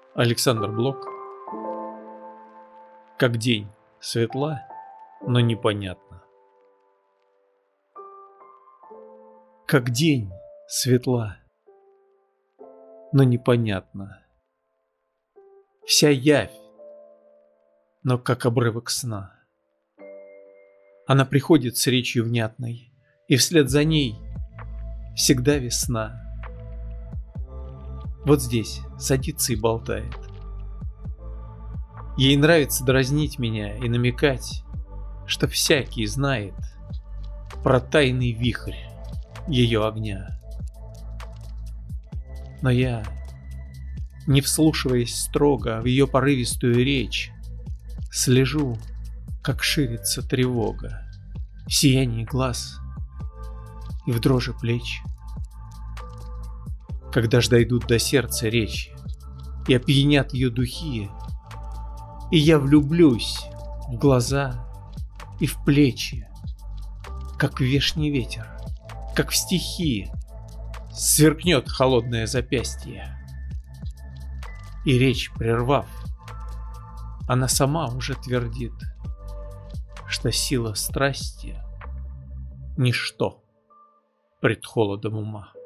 Александр Блок. Как день светла, но непонятно. Как день светла, но непонятно. Вся явь, но как обрывок сна. Она приходит с речью внятной, и вслед за ней всегда весна. Вот здесь садится и болтает. Ей нравится дразнить меня и намекать, что всякий знает про тайный вихрь ее огня. Но я, не вслушиваясь строго в ее порывистую речь, слежу, как ширится тревога в сиянии глаз и в дрожи плеч. Когда ж дойдут до сердца речи и опьянят ее духи, и я влюблюсь в глаза и в плечи, как в вешний ветер, как в стихи, сверкнет холодное запястье. И речь прервав, она сама уже твердит, что сила страсти — ничто пред холодом ума.